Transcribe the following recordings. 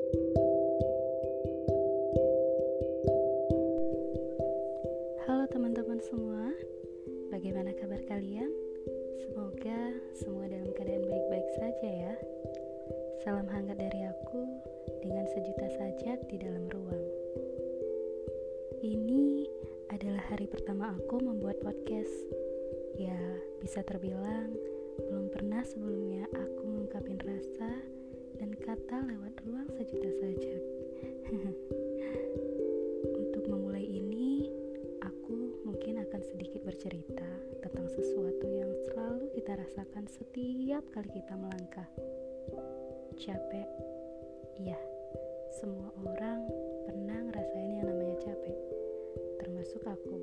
Halo teman-teman semua, bagaimana kabar kalian? Semoga semua dalam keadaan baik-baik saja ya. Salam hangat dari aku dengan sejuta sajak di dalam ruang. Ini adalah hari pertama aku membuat podcast. Ya, bisa terbilang belum pernah sebelumnya aku mengungkapin rasa dan kata lewat ruang sejuta sajak. Untuk memulai ini, aku mungkin akan sedikit bercerita tentang sesuatu yang selalu kita rasakan setiap kali kita melangkah. Capek. Iya, semua orang pernah ngerasain yang namanya capek, termasuk aku.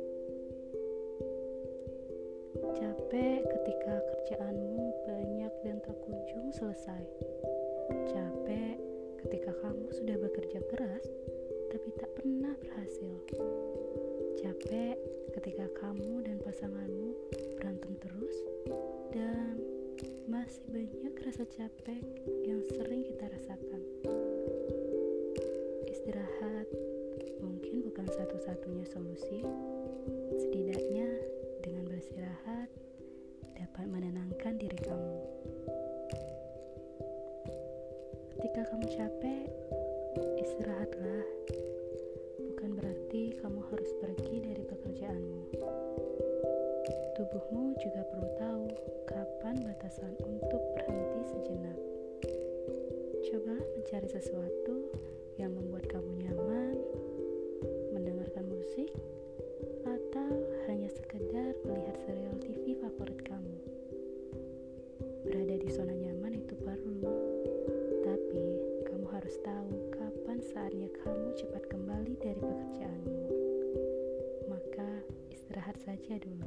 Capek ketika kerjaanmu banyak dan tak kunjung selesai. Capek ketika kamu sudah bekerja keras tapi tak pernah berhasil. Capek ketika kamu dan pasanganmu berantem terus, dan masih banyak rasa capek yang sering kita rasakan. Istirahat mungkin bukan satu-satunya solusi. Setidaknya dengan beristirahat dapat menenangkan diri kamu. Ketika kamu capek, istirahatlah. Bukan berarti kamu harus pergi dari pekerjaanmu. Tubuhmu juga perlu tahu kapan batasan untuk berhenti sejenak. Cobalah mencari sesuatu yang membuat kamu nyaman, mendengarkan musik, atau hanya sekedar melihat serial TV favorit kamu. Berada di zona nyaman itu perlu, tapi kamu harus tahu kapan saatnya kamu cepat kembali dari pekerjaanmu. Maka istirahat saja dulu.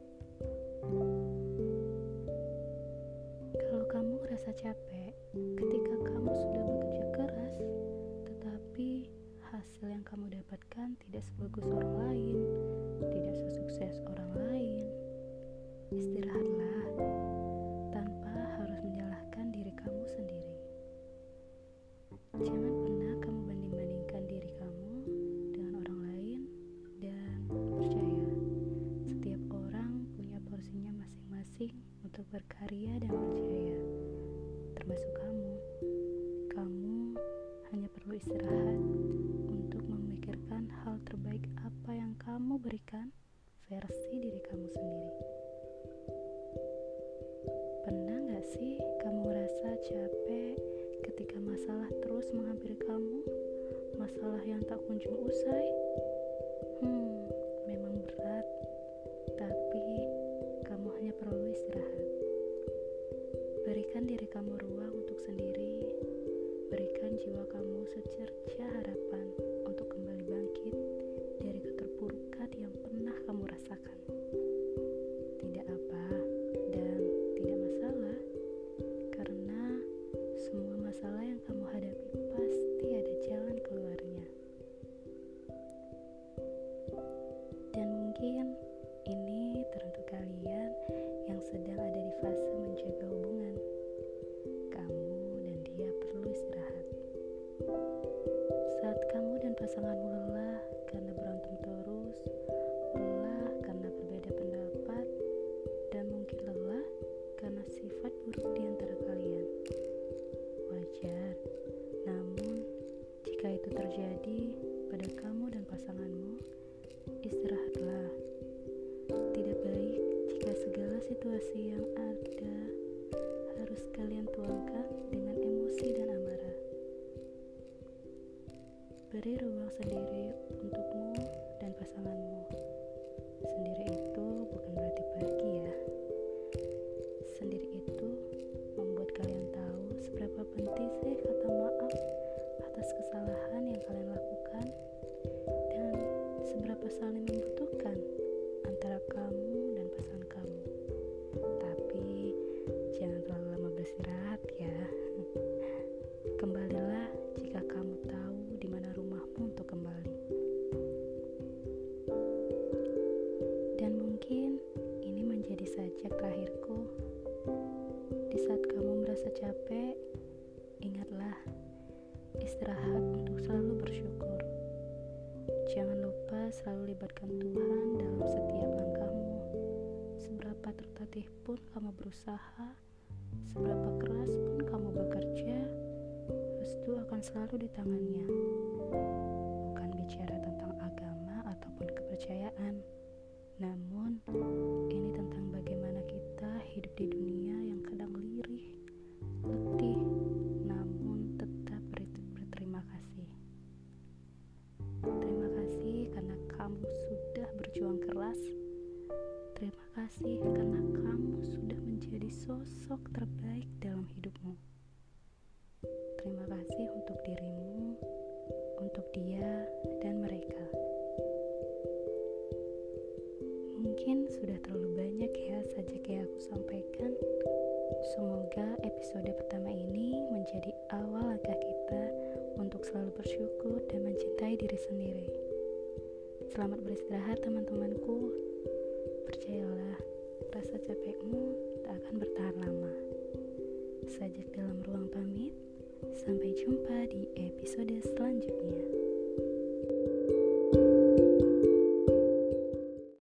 Kalau kamu merasa capek ketika kamu sudah bekerja keras, tetapi hasil yang kamu dapatkan tidak sebagus orang lain, tidak sesukses orang lain, istirahatlah tanpa harus menyalahkan diri kamu sendiri. Jangan pernah kamu banding-bandingkan diri kamu dengan orang lain, dan percaya, setiap orang punya porsinya masing-masing untuk berkarya dan berjaya, termasuk kamu. Kamu hanya perlu istirahat untuk memikirkan hal terbaik apa yang kamu berikan versi diri kamu sendiri. Pernah gak sih kamu merasa capek ketika masalah terus menghampiri kamu? Masalah yang tak kunjung usai? Memang berat, tapi kamu hanya perlu istirahat. Berikan diri kamu ruang untuk sendiri. Berikan jiwa kamu secerca harapan untuk kembali bangkit dari keterpurukan yang pernah kamu rasakan. Tidak apa dan tidak masalah, karena semua masalah yang kamu hadapi pasti ada jalan keluarnya. Dan mungkin ini teruntuk kalian yang sedang ada di fase menjaga hubungan. Kamu dan dia perlu istirahat. Saat kamu dan pasanganmu lelah karena berantem terus, lelah karena berbeda pendapat, dan mungkin lelah karena sifat buruk di antara kalian. Wajar, namun jika itu terjadi pada kamu dan pasanganmu, istirahatlah. Tidak baik jika segala situasi yang ada harus kalian tuangkan dengan emosi dan amarah. Beri ruang sendiri untukmu dan pasanganmu. Sendiri itu bukan berarti pergi ya. Sendiri itu membuat kalian tahu seberapa penting sih kata maaf atas kesalahan yang kalian lakukan, dan seberapa saling membutuhkan antara kamu dan pasangan kamu. Tapi jangan terlalu lama beristirahat ya. Kembalilah jika kamu tahu di mana rumahmu untuk kembali. Dan mungkin istirahat untuk selalu bersyukur. Jangan lupa selalu libatkan Tuhan dalam setiap langkahmu. Seberapa tertatih pun kamu berusaha, seberapa keras pun kamu bekerja, restu akan selalu di tangannya. Bukan bicara tentang agama ataupun kepercayaan, namun ini tentang bagaimana kita hidup di dunia yang kadang lirih, letih, namun tetap berterima kasih. Terima kasih karena kamu sudah berjuang keras. Terima kasih karena kamu sudah menjadi sosok terbaik dalam hidupmu. Terima kasih untuk dirimu, untuk dia dan mereka. Mungkin sudah terlalu banyak ya sajak yang aku sampaikan. Semoga episode pertama ini menjadi awal langkah kita untuk selalu bersyukur dan mencintai diri sendiri. Selamat beristirahat teman-temanku. Percayalah, rasa capekmu tak akan bertahan lama. Sajak dalam ruang pamit. Sampai jumpa di episode